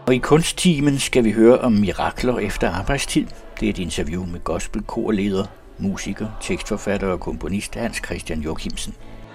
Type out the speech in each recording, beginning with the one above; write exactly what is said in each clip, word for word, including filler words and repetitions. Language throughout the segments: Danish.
Og i kunsttimen skal vi høre om mirakler efter arbejdstid. Det er et interview med gospelkorleder, musiker, tekstforfatter og komponist Hans Christian Jochimsen.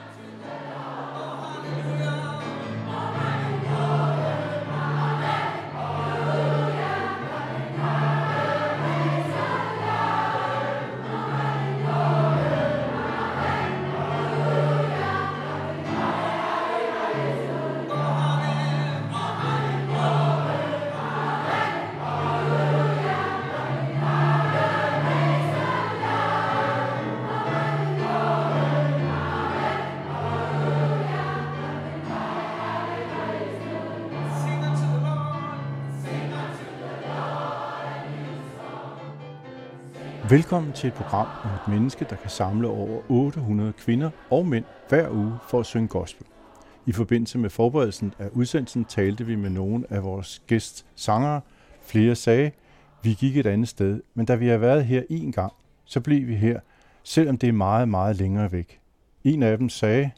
Velkommen til et program om et menneske, der kan samle over otte hundrede kvinder og mænd hver uge for at synge gospel. I forbindelse med forberedelsen af udsendelsen talte vi med nogle af vores gæstsangere. Flere sagde, vi gik et andet sted, men da vi har været her en gang, så blev vi her, selvom det er meget, meget længere væk. En af dem sagde,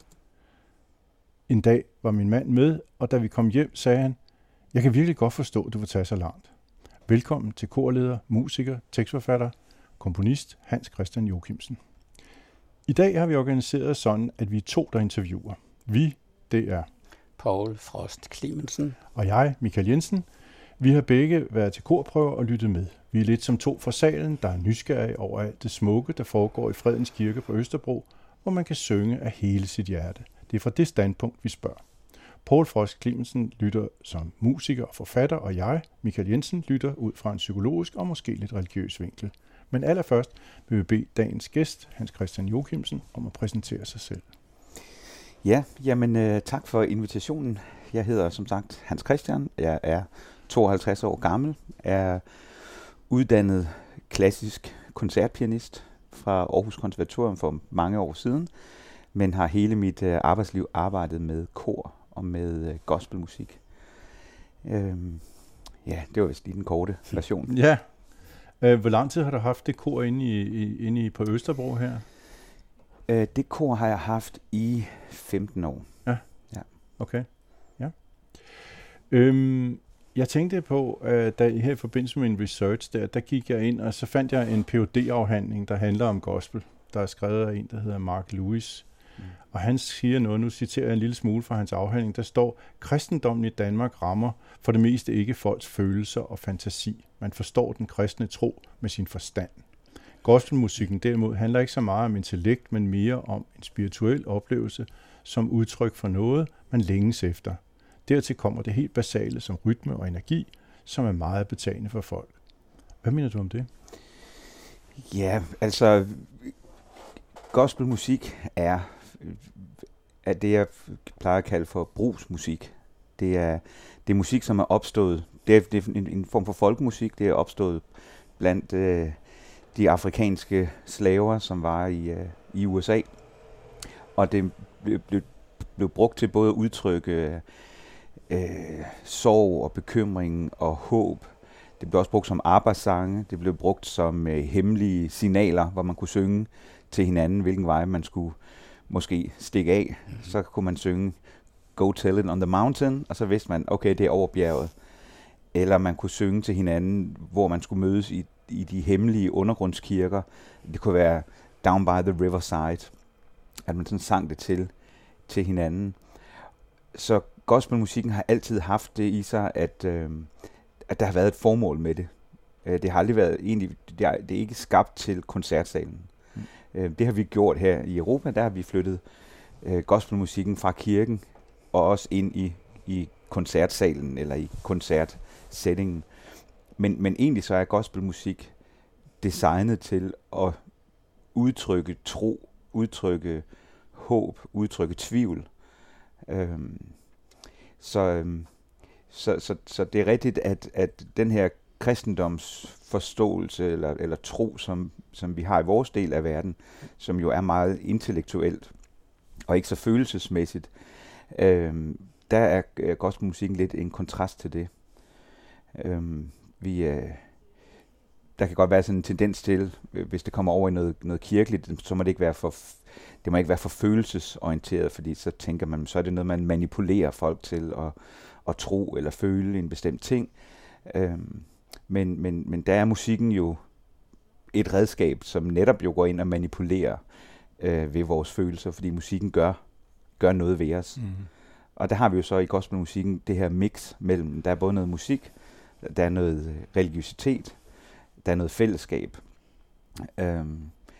en dag var min mand med, og da vi kom hjem, sagde han, jeg kan virkelig godt forstå, at du vil tage så langt. Velkommen til korleder, musiker, tekstforfatter, komponist Hans Christian Jochimsen. I dag har vi organiseret sådan, at vi er to, der interviewer. Vi, det er Poul Frost Clemensen og jeg, Michael Jensen. Vi har begge været til korprøver og lyttet med. Vi er lidt som to fra salen, der er nysgerrige over alt det smukke, der foregår i Fredens Kirke på Østerbro, hvor man kan synge af hele sit hjerte. Det er fra det standpunkt, vi spørger. Poul Frost Clemensen lytter som musiker og forfatter, og jeg, Michael Jensen, lytter ud fra en psykologisk og måske lidt religiøs vinkel. Men allerførst vil vi bede dagens gæst, Hans Christian Jochimsen, om at præsentere sig selv. Ja, jamen øh, tak for invitationen. Jeg hedder som sagt Hans Christian. Jeg er tooghalvtreds år gammel, er uddannet klassisk koncertpianist fra Aarhus Konservatorium for mange år siden, men har hele mit øh, arbejdsliv arbejdet med kor og med øh, gospelmusik. Øhm, ja, det var vist lige den korte version. Ja. Hvor lang tid har du haft det kor inde, i, inde i, på Østerbro her? Øh, det kor har jeg haft i femten år. Ja, ja. Okay. Ja. Øhm, jeg tænkte på, at da her i forbindelse med en research, der, der gik jeg ind, og så fandt jeg en P H D-afhandling, der handler om gospel. Der er skrevet af en, der hedder Mark Lewis. Mm. Og han siger noget, nu citerer jeg en lille smule fra hans afhandling, der står, kristendommen i Danmark rammer for det meste ikke folks følelser og fantasi. Man forstår den kristne tro med sin forstand. Gospelmusikken derimod handler ikke så meget om intellekt, men mere om en spirituel oplevelse som udtryk for noget, man længes efter. Dertil kommer det helt basale som rytme og energi, som er meget betagende for folk. Hvad mener du om det? Ja, altså gospelmusik er, er det, jeg plejer at kalde for brugsmusik. Det er, det er musik, som er opstået. Det er, det er en, en form for folkemusik. Det er opstået blandt øh, de afrikanske slaver, som var i, øh, i U S A. Og det blev, blev, blev brugt til både at udtrykke øh, sorg og bekymring og håb. Det blev også brugt som arbejdssange. Det blev brugt som øh, hemmelige signaler, hvor man kunne synge til hinanden, hvilken vej man skulle måske stikke af. Mm-hmm. Så kunne man synge Go Tell It on the Mountain, og så vidste man, okay, det er over bjerget. Eller man kunne synge til hinanden, hvor man skulle mødes i, i de hemmelige undergrundskirker. Det kunne være Down by the Riverside, at man sådan sang det til, til hinanden. Så gospelmusikken har altid haft det i sig, at, øh, at der har været et formål med det. Det har aldrig været egentlig, det er, det er ikke skabt til koncertsalen. Mm. Det har vi gjort her i Europa, der har vi flyttet øh, gospelmusikken fra kirken og også ind i, i koncertsalen eller i koncertsettingen. Men, men egentlig så er gospelmusik designet til at udtrykke tro, udtrykke håb, udtrykke tvivl. Øhm, så, øhm, så, så, så det er rigtigt, at, at den her kristendomsforståelse eller, eller tro, som, som vi har i vores del af verden, som jo er meget intellektuelt og ikke så følelsesmæssigt, øhm, der er gospelmusikken lidt en kontrast til det. Øhm, vi, øh, der kan godt være sådan en tendens til, hvis det kommer over i noget, noget kirkeligt, så må det ikke være for, det må ikke være for følelsesorienteret, fordi så tænker man, så er det noget, man manipulerer folk til, og, at tro eller føle en bestemt ting. Øhm, men, men, men der er musikken jo et redskab, som netop jo går ind og manipulerer øh, ved vores følelser, fordi musikken gør, gør noget ved os. Mm. Og der har vi jo så i gospelmusikken det her mix mellem, der er både noget musik, der er noget religiøsitet, der er noget fællesskab. Øhm,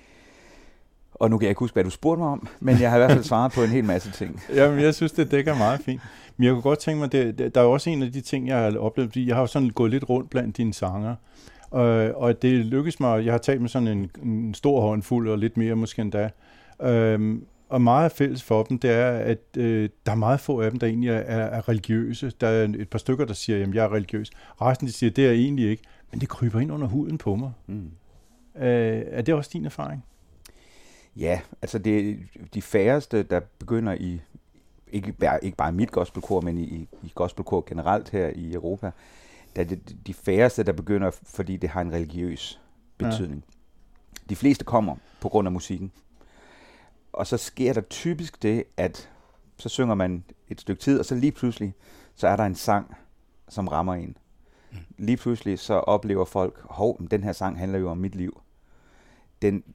og nu kan jeg ikke huske, hvad du spurgte mig om, men jeg har i hvert fald svaret på en hel masse ting. Jamen, jeg synes, det dækker meget fint. Men jeg kunne godt tænke mig, det, det, der er også en af de ting, jeg har oplevet, fordi jeg har jo sådan gået lidt rundt blandt dine sanger, og, og det lykkedes mig, jeg har talt med sådan en, en stor håndfuld, og lidt mere måske endda, øhm, og meget fælles for dem, det er, at øh, der er meget få af dem, der egentlig er, er religiøse. Der er et par stykker, der siger, at jeg er religiøs. Resten, de siger, det er jeg egentlig ikke, men det kryber ind under huden på mig. Mm. Øh, er det også din erfaring? Ja, altså det de færreste, der begynder i, ikke bare, ikke bare i mit gospelkor, men i, i gospelkor generelt her i Europa, der er det de færreste, der begynder, fordi det har en religiøs betydning. Ja. De fleste kommer på grund af musikken. Og så sker der typisk det, at så synger man et stykke tid, og så lige pludselig, så er der en sang, som rammer en. Mm. Lige pludselig, så oplever folk, hov, den her sang handler jo om mit liv. Den,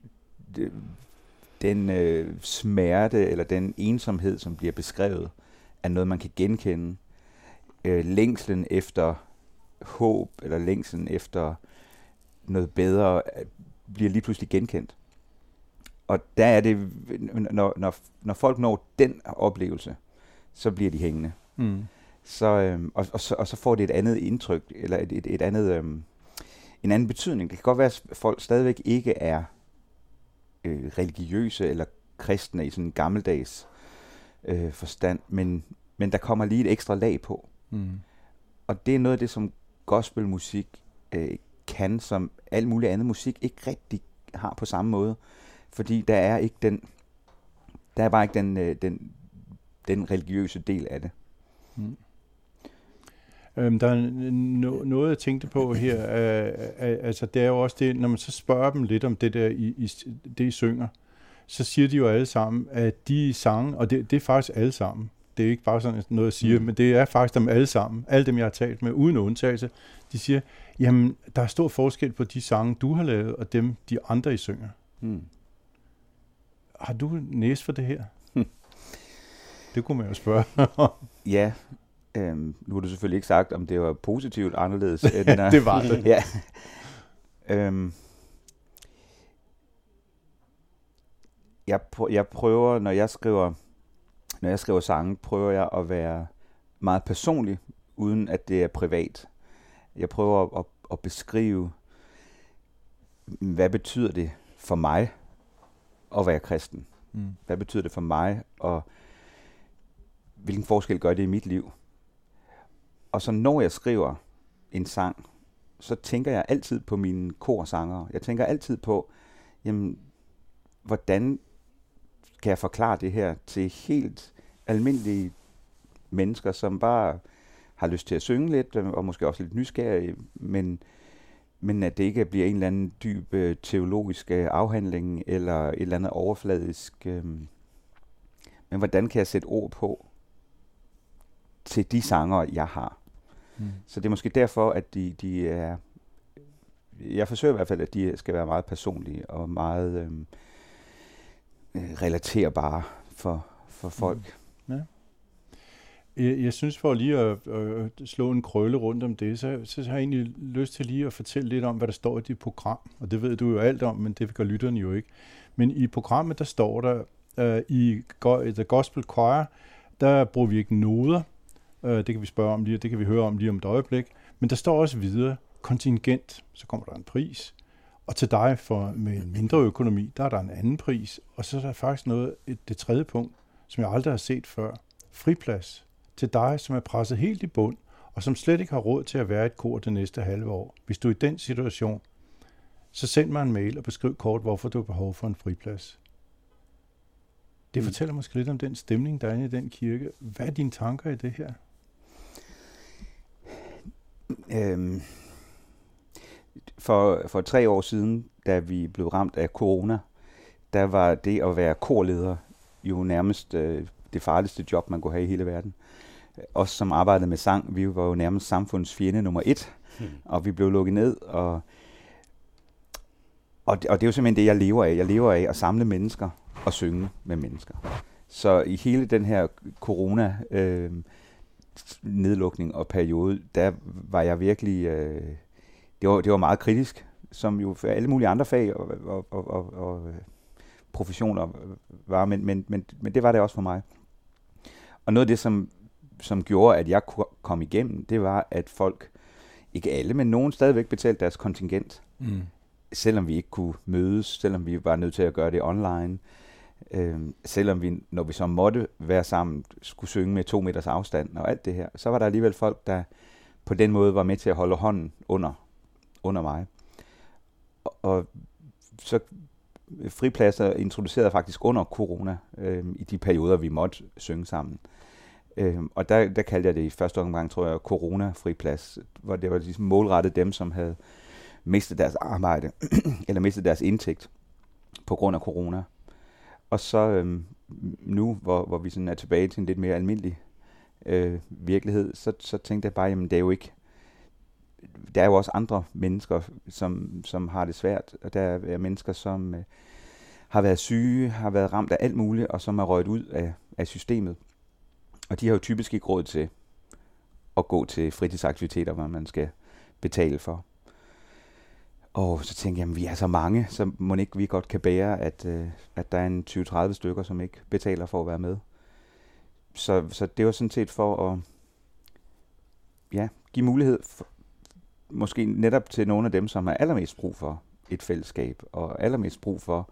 den øh, smerte, eller den ensomhed, som bliver beskrevet, er noget, man kan genkende. Øh, længslen efter håb, eller længslen efter noget bedre, bliver lige pludselig genkendt. Og der er det, når, når, når folk når den oplevelse, så bliver de hængende. Mm. Så, øhm, og, og, så, og så får det et andet indtryk, eller et, et, et andet, øhm, en anden betydning. Det kan godt være, at folk stadigvæk ikke er øh, religiøse eller kristne i sådan en gammeldags øh, forstand, men, men der kommer lige et ekstra lag på. Mm. Og det er noget af det, som gospelmusik øh, kan, som al mulig anden musik ikke rigtig har på samme måde. Fordi der er ikke den, der er bare ikke den, den, den religiøse del af det. Mm. Øhm, der er no, noget, jeg tænkte på her, øh, øh, altså det er jo også det, når man så spørger dem lidt om det der, I, I, det I synger, så siger de jo alle sammen, at de sange, og det, det er faktisk alle sammen, det er ikke bare sådan noget, jeg siger, mm. men det er faktisk dem alle sammen, alle dem, jeg har talt med, uden undtagelse, de siger, jamen, der er stor forskel på de sange, du har lavet, og dem, de andre, I synger. Mm. Har du næse for det her? Hmm. Det kunne man jo spørge. Ja, øhm, nu har du selvfølgelig ikke sagt, om det var positivt anderledes. End, det var det. Ja. øhm, jeg, pr- jeg prøver, når jeg skriver, når jeg skriver sange, prøver jeg at være meget personlig, uden at det er privat. Jeg prøver at, at, at beskrive, hvad betyder det for mig at være kristen. Mm. Hvad betyder det for mig, og hvilken forskel gør det i mit liv? Og så når jeg skriver en sang, så tænker jeg altid på mine korsangere. Jeg tænker altid på, jamen, hvordan kan jeg forklare det her til helt almindelige mennesker, som bare har lyst til at synge lidt, og måske også lidt nysgerrige, men men at det ikke bliver en eller anden dyb øh, teologisk øh, afhandling, eller et eller andet overfladisk. Øh, men hvordan kan jeg sætte ord på til de sanger, jeg har? Mm. Så det er måske derfor, at de, de er... Jeg forsøger i hvert fald, at de skal være meget personlige, og meget øh, relaterbare for, for folk. Mm. Ja. Jeg, jeg synes, for lige at, at slå en krølle rundt om det, så, så har jeg egentlig lyst til lige at fortælle lidt om, hvad der står i dit program. Og det ved du jo alt om, men det gør lytterne jo ikke. Men i programmet, der står der, uh, i The Gospel Choir, der bruger vi ikke noder. Uh, det kan vi spørge om lige, det kan vi høre om lige om et øjeblik. Men der står også videre, kontingent, så kommer der en pris. Og til dig for, med en mindre økonomi, der er der en anden pris. Og så er der faktisk noget, et, det tredje punkt, som jeg aldrig har set før. Friplads. Til dig, som er presset helt i bund, og som slet ikke har råd til at være et kor det næste halve år. Hvis du er i den situation, så send mig en mail og beskriv kort, hvorfor du har behov for en friplads. Det mm. fortæller måske lidt om den stemning, der er inde i den kirke. Hvad er dine tanker i det her? Øhm, for, for tre år siden, da vi blev ramt af corona, der var det at være korleder jo nærmest øh, det farligste job, man kunne have i hele verden. os, som arbejdede med sang, vi var jo nærmest samfundsfjende nummer et, hmm. og vi blev lukket ned, og, og, det, og det er jo simpelthen det, jeg lever af. Jeg lever af at samle mennesker og synge med mennesker. Så i hele den her corona øh, nedlukning og periode, der var jeg virkelig, øh, det, var, det var meget kritisk, som jo for alle mulige andre fag og, og, og, og, og professioner var, men, men, men, men det var det også for mig. Og noget af det, som, som gjorde, at jeg kunne komme igennem, det var, at folk, ikke alle, men nogen stadigvæk betalte deres kontingent, mm. selvom vi ikke kunne mødes, selvom vi var nødt til at gøre det online, øh, selvom vi, når vi så måtte være sammen, skulle synge med to meters afstand og alt det her, så var der alligevel folk, der på den måde var med til at holde hånden under, under mig. Og, og så fripladser introducerede faktisk under corona, øh, i de perioder, vi måtte synge sammen. Øh, og der, der kaldte jeg det i første omgang, tror jeg, corona-friplads, hvor det var ligesom målrettet dem, som havde mistet deres arbejde, eller mistet deres indtægt på grund af corona. Og så øh, nu, hvor, hvor vi sådan er tilbage til en lidt mere almindelig øh, virkelighed, så, så tænkte jeg bare, jamen det er jo ikke, der er jo også andre mennesker, som, som har det svært, og der er mennesker, som øh, har været syge, har været ramt af alt muligt, og som er røget ud af, af systemet. Og de har jo typisk ikke råd til at gå til fritidsaktiviteter, hvor man skal betale for. Og så tænkte jeg, jamen vi er så mange, så må ikke vi godt kan bære, at, øh, at der er en tyve til tredive stykker, som ikke betaler for at være med. Så, så det var sådan set for at ja, give mulighed for, måske netop til nogle af dem, som har allermest brug for et fællesskab, og allermest brug for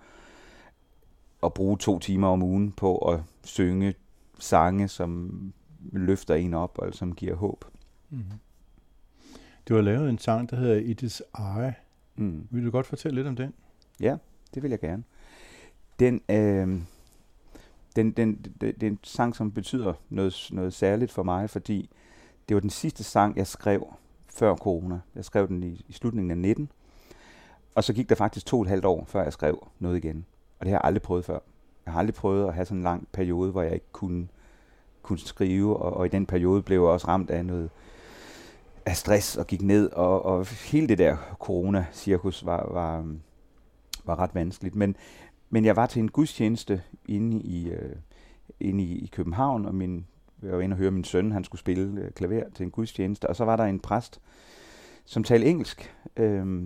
at bruge to timer om ugen på at synge sange, som løfter en op, og som giver håb. Mm-hmm. Du har lavet en sang, der hedder It Is I. Mm. Vil du godt fortælle lidt om den? Ja, det vil jeg gerne. Den, øh, den, den, den, det er en sang, som betyder noget, noget særligt for mig, fordi det var den sidste sang, jeg skrev før corona. Jeg skrev den i, i slutningen af nitten, og så gik der faktisk to og et halvt år, før jeg skrev noget igen. Og det har jeg aldrig prøvet før. Jeg har aldrig prøvet at have sådan en lang periode, hvor jeg ikke kunne, kunne skrive, og, og i den periode blev jeg også ramt af noget af stress og gik ned, og, og hele det der corona-cirkus var, var, var ret vanskeligt. Men, men jeg var til en gudstjeneste inde i, øh, inde i, i København, og min, jeg var inde og høre min søn, han skulle spille øh, klaver til en gudstjeneste, og så var der en præst, som talte engelsk, øh,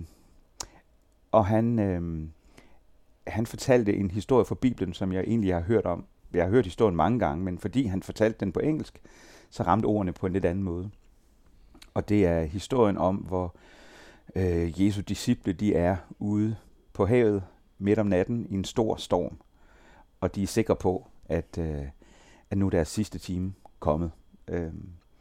og han, øh, han fortalte en historie fra Bibelen, som jeg egentlig har hørt om. Jeg har hørt historien mange gange, men fordi han fortalte den på engelsk, så ramte ordene på en lidt anden måde. Og det er historien om, hvor øh, Jesu disciple, de er ude på havet midt om natten i en stor storm. Og de er sikre på, at, øh, at nu er deres sidste time kommet. Øh.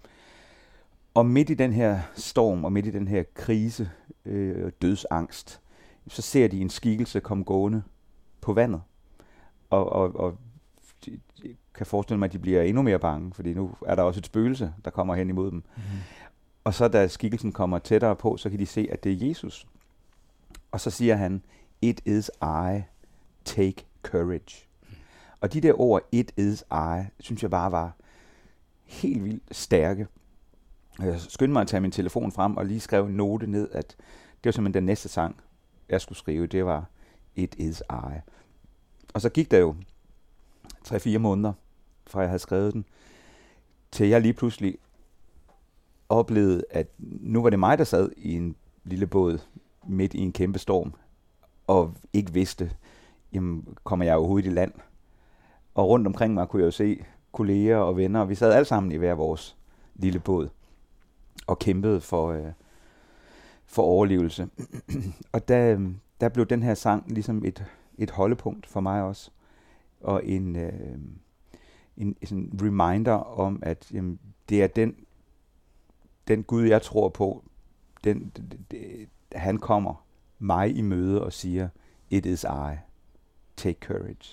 Og midt i den her storm, og midt i den her krise, øh, dødsangst, så ser de en skikkelse komme gående på vandet. Og, og, og de, de kan forestille mig, at de bliver endnu mere bange, fordi nu er der også et spøgelse, der kommer hen imod dem. Mm-hmm. Og så da skikkelsen kommer tættere på, så kan de se, at det er Jesus. Og så siger han, It is I, take courage. Mm. Og de der ord, It is I, synes jeg bare var helt vildt stærke. Jeg skyndte mig at tage min telefon frem og lige skrev en note ned, at det var simpelthen den næste sang, jeg skulle skrive, det var It is I. Og så gik der jo tre-fire måneder, fra jeg havde skrevet den, til jeg lige pludselig oplevede, at nu var det mig, der sad i en lille båd midt i en kæmpe storm, og ikke vidste, jamen, kommer jeg overhovedet i land? Og rundt omkring mig kunne jeg jo se kolleger og venner, og vi sad alle sammen i hver vores lille båd, og kæmpede for, øh, for overlevelse. Og der, der blev den her sang ligesom et, et holdepunkt for mig også, og en, øh, en sådan reminder om, at jamen, det er den Den Gud, jeg tror på, den, det, det, han kommer mig i møde og siger, It is I, take courage.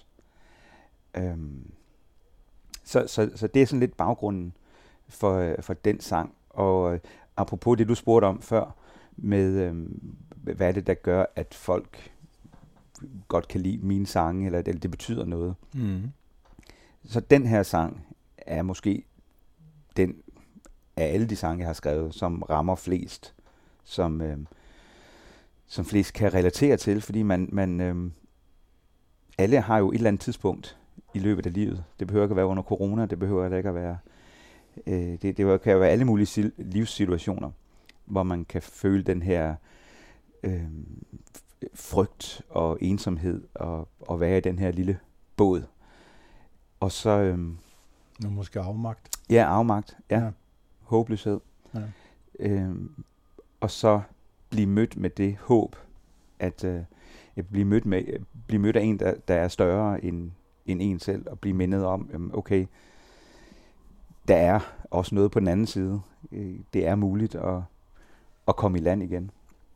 Um, så, så, så det er sådan lidt baggrunden for, for den sang. Og uh, apropos det, du spurgte om før, med um, hvad er det, der gør, at folk godt kan lide mine sange, eller det, det betyder noget. Mm. Så den her sang er måske den af alle de sange, jeg har skrevet, som rammer flest, som, øh, som flest kan relatere til, fordi man, man øh, alle har jo et eller andet tidspunkt i løbet af livet. Det behøver ikke at være under corona, det behøver ikke at være, øh, det, det kan jo være alle mulige livssituationer, hvor man kan føle den her øh, frygt og ensomhed og, og være i den her lille båd. Og så... Øh, Nå, måske afmagt. Ja, afmagt. Ja. Ja. Håbløshed. Ja. Øhm, og så blive mødt med det håb, at øh, at blive mødt med, blive mødt af en, der, der er større end, end en selv, og blive mindet om, øhm, okay, der er også noget på den anden side. Øh, det er muligt at, at komme i land igen.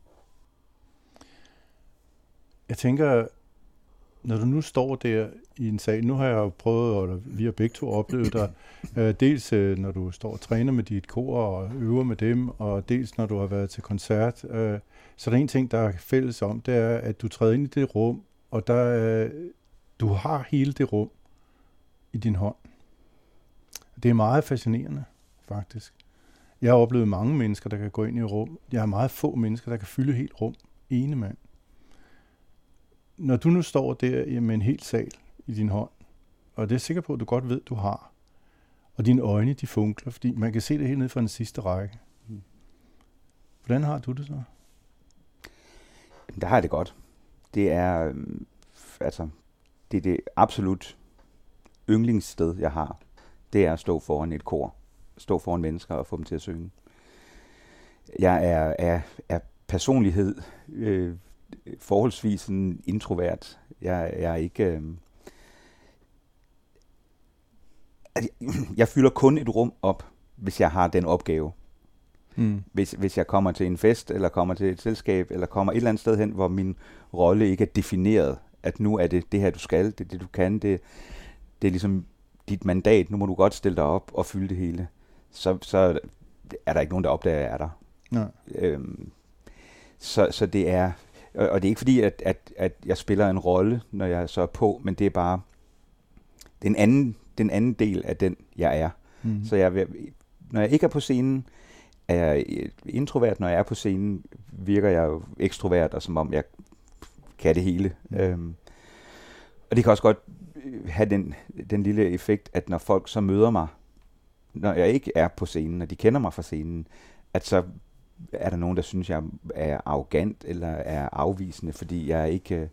Jeg tænker, når du nu står der i en sal, nu har jeg jo prøvet, eller vi har begge to oplevet dig, øh, dels øh, når du står og træner med dit kor og øver med dem, og dels når du har været til koncert. Øh, så der er en ting, der er fælles om, det er, at du træder ind i det rum, og der, øh, du har hele det rum i din hånd. Det er meget fascinerende, faktisk. Jeg har oplevet mange mennesker, der kan gå ind i et rum. Jeg har meget få mennesker, der kan fylde helt rum. Ene mand. Når du nu står der med en hel sal i din hånd, og det er sikker på, at du godt ved, du har, og dine øjne, de funkler, fordi man kan se det helt ned fra den sidste række. Hvordan har du det så? Der har jeg det godt. Det er, øh, altså, det er det absolut yndlingssted, jeg har. Det er at stå foran et kor. Stå foran mennesker og få dem til at synge. Jeg er, er, er personlighed øh, forholdsvis en introvert. Jeg, jeg er ikke... Øh, altså, jeg fylder kun et rum op, hvis jeg har den opgave. Mm. Hvis, hvis jeg kommer til en fest, eller kommer til et selskab, eller kommer et eller andet sted hen, hvor min rolle ikke er defineret, at nu er det det her, du skal, det er det, du kan, det, det er ligesom dit mandat, nu må du godt stille dig op og fylde det hele, så, så er der ikke nogen, der opdager, at jeg er der. Nej. Øhm, så, så det er, og, og det er ikke fordi, at, at, at jeg spiller en rolle, når jeg så er på, men det er bare den anden, den anden del af den, jeg er. Mm. Så jeg, når jeg ikke er på scenen, er jeg introvert. Når jeg er på scenen, virker jeg jo ekstrovert, og som om jeg kan det hele. Mm. Øhm, og det kan også godt have den, den lille effekt, at når folk så møder mig, når jeg ikke er på scenen, og de kender mig fra scenen, at så er der nogen, der synes, jeg er arrogant, eller er afvisende, fordi jeg ikke...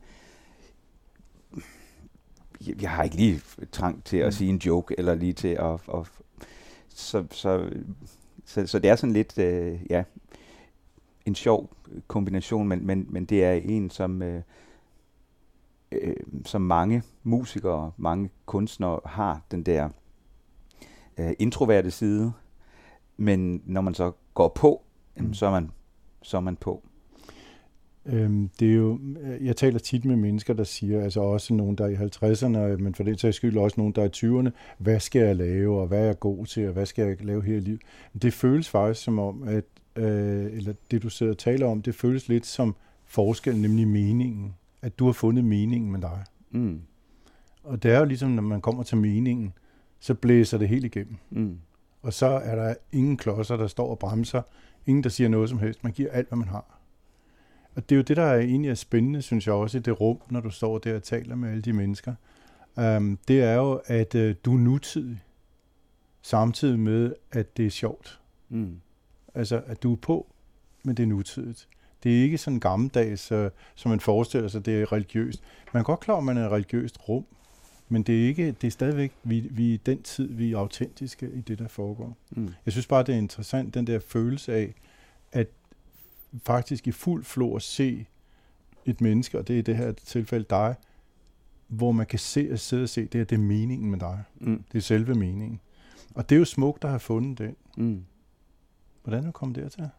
Jeg, jeg har ikke lige trang til at mm. sige en joke, eller lige til at... at så, så, så, så det er sådan lidt, øh, ja, en sjov kombination, men, men, men det er en, som... Øh, øh, som mange musikere, mange kunstnere har den der øh, introverte side, men når man så går på, mm. så, er man, så er man på. Øhm, det er jo, jeg taler tit med mennesker, der siger, altså også nogen, der er i halvtredserne, men for den sags skyld også nogen, der er i tyverne, hvad skal jeg lave, og hvad er jeg god til, og hvad skal jeg lave her i livet? Det føles faktisk som om, at, øh, eller det du sidder og taler om, det føles lidt som forskel, nemlig meningen. At du har fundet meningen med dig. Mm. Og det er jo ligesom, når man kommer til meningen, så blæser det helt igennem. Mm. Og så er der ingen klodser, der står og bremser. Ingen, der siger noget som helst. Man giver alt, hvad man har. Og det er jo det, der er egentlig er spændende, synes jeg også, i det rum, når du står der og taler med alle de mennesker. Um, det er jo, at uh, du er nutidig, samtidig med, at det er sjovt. Mm. Altså, at du er på, men det er nutidigt. Det er ikke sådan gammeldags, uh, som man forestiller sig, det er religiøst. Man er godt klar, at man er et religiøst rum, men det er ikke, det er stadigvæk, vi, vi er den tid, vi er autentiske i det, der foregår. Mm. Jeg synes bare, det er interessant, den der følelse af, at faktisk i fuld flor se et menneske, og det er i det her tilfælde dig, hvor man kan se og sidde og se, det her, det er meningen med dig. Mm. Det er selve meningen. Og det er jo smukt, der har fundet den. Mm. Hvordan er du kommet dertil?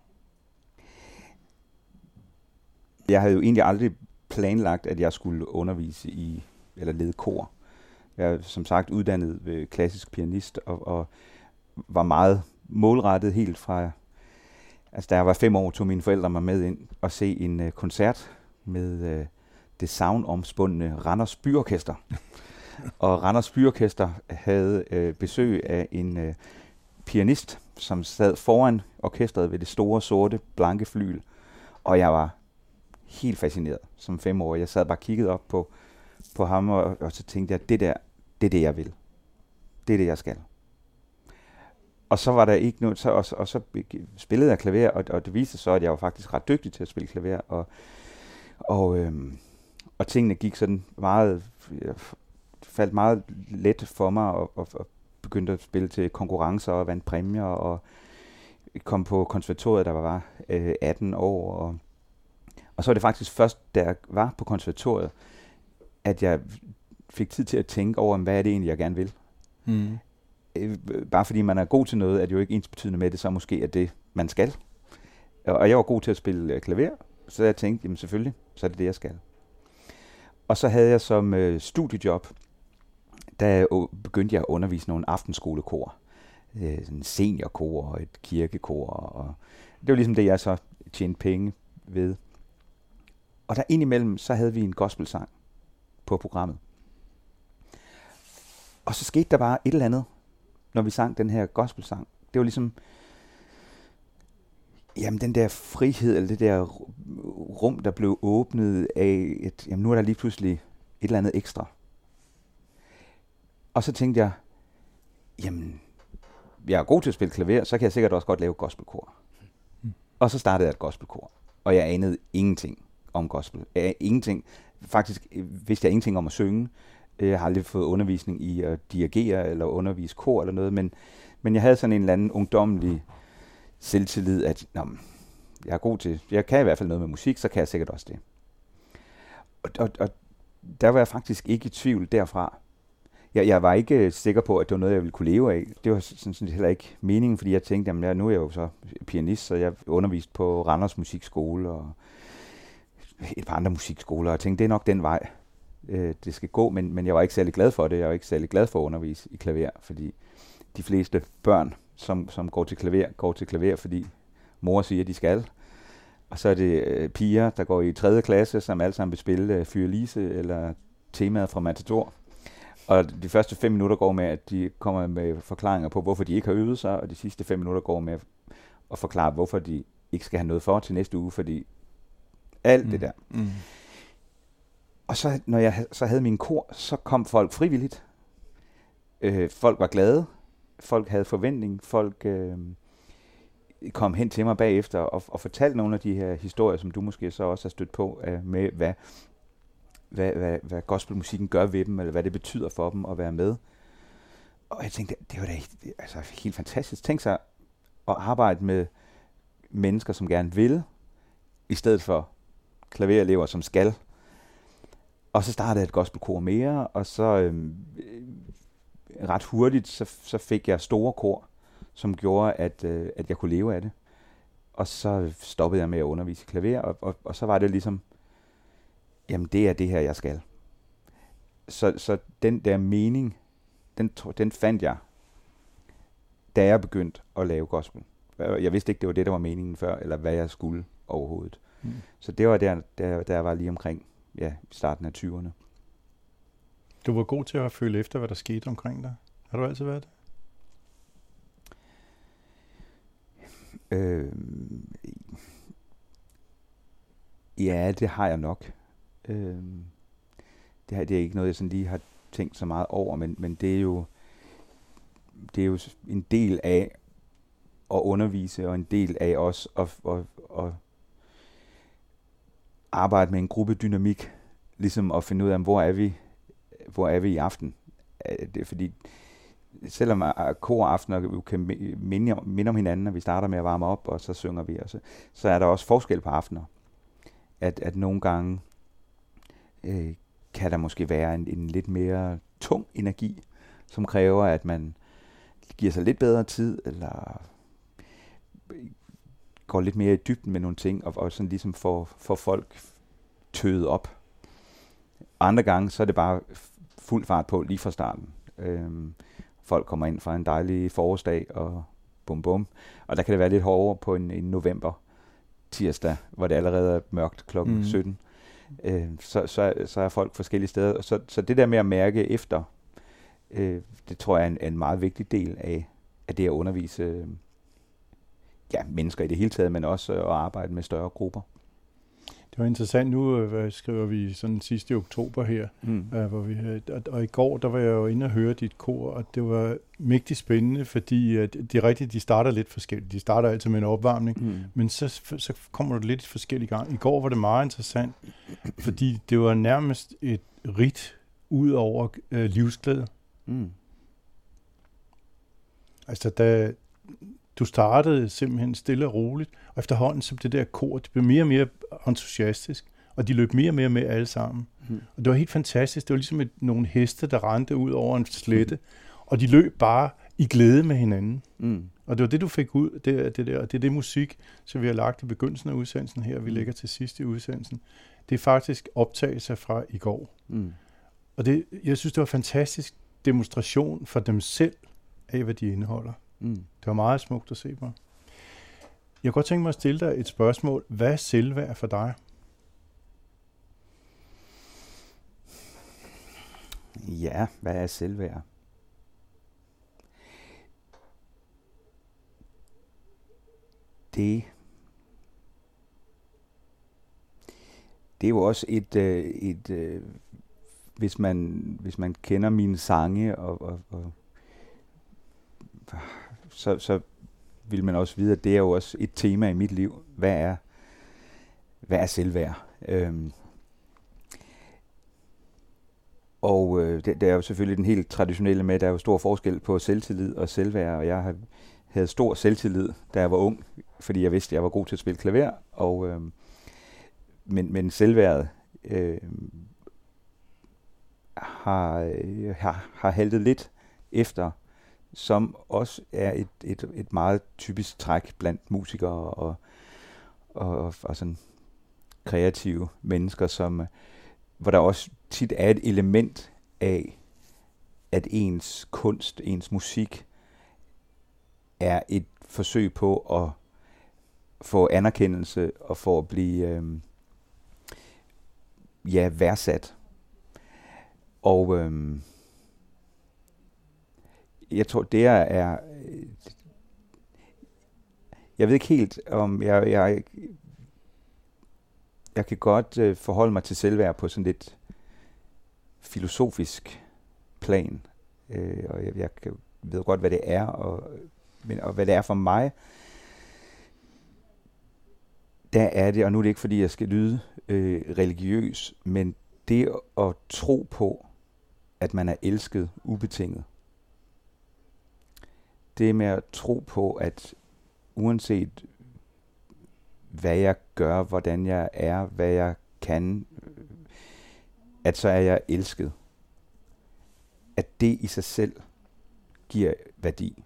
Jeg havde jo egentlig aldrig planlagt, at jeg skulle undervise i, eller lede kor. Jeg er som sagt uddannet ved klassisk pianist, og, og var meget målrettet helt fra, altså da jeg var fem år, tog mine forældre mig med ind og se en uh, koncert med uh, det sagnomspundne Randers Byorkester. Og Randers Byorkester havde uh, besøg af en uh, pianist, som sad foran orkestret ved det store, sorte, blanke flygel. Og jeg var helt fascineret som femårig. Jeg sad bare og kiggede op på, på ham, og, og så tænkte jeg, det der, det er det, jeg vil. Det er det, jeg skal. Og så var der ikke noget, så, og, og så spillede jeg klaver, og, og det viste sig så, at jeg var faktisk ret dygtig til at spille klaver, og, og, øhm, og tingene gik sådan meget, faldt meget let for mig, og, og, og begyndte at spille til konkurrencer og vandt præmier, og kom på konservatoriet, der var øh, atten år, og, og så var det faktisk først, da jeg var på konservatoriet, at jeg fik tid til at tænke over, hvad er det egentlig, jeg gerne vil. Mm. Bare fordi man er god til noget, er det jo ikke ensbetydende med, det så måske er det, man skal. Og jeg var god til at spille klaver, så jeg tænkte, jamen selvfølgelig, så er det det, jeg skal. Og så havde jeg som øh, studiejob, der begyndte jeg at undervise nogle aftenskolekor. Øh, sådan seniorkor og et kirkekor. Og det var ligesom det, jeg så tjente penge ved. Og der indimellem, så havde vi en gospelsang på programmet. Og så skete der bare et eller andet, når vi sang den her gospelsang. Det var ligesom, jamen den der frihed, eller det der rum, der blev åbnet af, et, jamen nu er der lige pludselig et eller andet ekstra. Og så tænkte jeg, jamen, jeg er god til at spille klaver, så kan jeg sikkert også godt lave gospelkor. Mm. Og så startede jeg et gospelkor, og jeg anede ingenting om gospel. Jeg ingenting, faktisk vidste jeg ingenting om at synge. Jeg har aldrig fået undervisning i at dirigere eller undervise kor eller noget, men, men jeg havde sådan en eller anden ungdommelig selvtillid, at nå, jeg er god til, jeg kan i hvert fald noget med musik, så kan jeg sikkert også det. Og, og, og der var jeg faktisk ikke i tvivl derfra. Jeg, jeg var ikke sikker på, at det var noget, jeg ville kunne leve af. Det var sådan set heller ikke meningen, fordi jeg tænkte, jamen, nu er jeg jo så pianist, så jeg underviste på Randers Musikskole og et par andre musikskoler, og jeg tænkte, det er nok den vej, øh, det skal gå, men, men jeg var ikke særlig glad for det. Jeg var ikke særlig glad for at undervise i klaver, fordi de fleste børn, som, som går til klaver, går til klaver, fordi mor siger, at de skal. Og så er det øh, piger, der går i tredje klasse, som alle sammen vil spille øh, Fyre Lise eller temaet fra Matador. Og de første fem minutter går med, at de kommer med forklaringer på, hvorfor de ikke har øvet sig, og de sidste fem minutter går med at forklare, hvorfor de ikke skal have noget for til næste uge, fordi alt mm. det der. Mm. Og så, når jeg så havde min kor, så kom folk frivilligt. Øh, folk var glade. Folk havde forventning. Folk øh, kom hen til mig bagefter og, og fortalte nogle af de her historier, som du måske så også har stødt på, øh, med hvad, hvad, hvad, hvad gospelmusikken gør ved dem, eller hvad det betyder for dem at være med. Og jeg tænkte, det var da altså, helt fantastisk. Tænk sig at arbejde med mennesker, som gerne vil, i stedet for klaverelever, som skal. Og så startede jeg et gospelkor mere, og så øhm, ret hurtigt, så, så fik jeg store kor, som gjorde, at, øh, at jeg kunne leve af det. Og så stoppede jeg med at undervise i klaver, og, og, og så var det ligesom, jamen det er det her, jeg skal. Så, så den der mening, den, den fandt jeg, da jeg begyndte at lave gospel. Jeg vidste ikke, det var det, der var meningen før, eller hvad jeg skulle overhovedet. Mm. Så det var der, der, der var lige omkring ja, starten af tyverne. Du var god til at føle efter, hvad der skete omkring dig. Har du altid været det? Øh, ja, det har jeg nok. Øh, det, her, det er ikke noget, jeg sådan lige har tænkt så meget over, men, men det er jo det er jo en del af at undervise, og en del af også at, at, at arbejde med en gruppedynamik, ligesom at finde ud af, hvor er vi, hvor er vi i aften. Det er fordi, selvom koraftener vi kan minde, minde om hinanden, når vi starter med at varme op, og så synger vi, og så, så er der også forskel på aftener. At, at nogle gange øh, kan der måske være en, en lidt mere tung energi, som kræver, at man giver sig lidt bedre tid, eller går lidt mere i dybden med nogle ting, og, og sådan ligesom får, får folk tøet op. Andre gange, så er det bare fuld fart på lige fra starten. Øhm, folk kommer ind fra en dejlig forårsdag, og bum bum. Og der kan det være lidt hårdere på en, en november tirsdag, hvor det allerede er mørkt klokken mm. sytten. Øhm, så, så, så er folk forskellige steder. Så, så det der med at mærke efter, øh, det tror jeg er en, en meget vigtig del af, at det at undervise øh, ja, mennesker i det hele taget, men også at arbejde med større grupper. Det var interessant. Nu hvad skriver vi sådan sidste oktober her, mm. øh, hvor vi havde, og, og i går der var jeg jo inde og høre dit kor, og det var mægtig spændende, fordi at det er rigtigt, de starter lidt forskelligt. De starter altid med en opvarmning, mm. men så, så kommer du lidt forskellig gang. I går var det meget interessant, fordi det var nærmest et rit ud over øh, livsglæde. Mm. Altså da du startede simpelthen stille og roligt, og efterhånden som det der kor, det blev mere og mere entusiastisk, og de løb mere og mere med alle sammen. Mm. Og det var helt fantastisk. Det var ligesom et, nogle heste, der rendte ud over en slette, mm. og de løb bare i glæde med hinanden. Mm. Og det var det, du fik ud, det, det der, og det er det musik, som vi har lagt i begyndelsen af udsendelsen her, og vi lægger til sidst i udsendelsen. Det er faktisk optagelser fra i går. Mm. Og det, jeg synes, det var en fantastisk demonstration for dem selv af, hvad de indeholder. Mm. Det var meget smukt at se på. Jeg kunne godt tænke mig at stille dig et spørgsmål. Hvad er selvværd for dig? Ja, hvad er selvværd? Det, det er jo også et, øh, et øh, hvis man hvis man kender mine sange og, og, og så, så vil man også vide, at det er jo også et tema i mit liv. Hvad er, hvad er selvværd? Øhm, og øh, det, det er jo selvfølgelig den helt traditionelle med, der er jo stor forskel på selvtillid og selvværd, og jeg har, havde stor selvtillid, da jeg var ung, fordi jeg vidste, at jeg var god til at spille klaver, og, øh, men, men selvværdet øh, har, øh, har, har haltet lidt efter, som også er et, et, et meget typisk træk blandt musikere og, og, og sådan kreative mennesker, som, hvor der også tit er et element af, at ens kunst, ens musik, er et forsøg på at få anerkendelse og for at blive øh, ja, værdsat. Og øh, jeg tror, det er... Jeg ved ikke helt, om jeg... Jeg, jeg kan godt øh, forholde mig til selvværd på sådan lidt filosofisk plan. Øh, og jeg, jeg ved godt, hvad det er, og, men, og hvad det er for mig. Der er det, og nu er det ikke, fordi jeg skal lyde øh, religiøs, men det at tro på, at man er elsket ubetinget. Det med at tro på, at uanset hvad jeg gør, hvordan jeg er, hvad jeg kan, at så er jeg elsket. At det i sig selv giver værdi.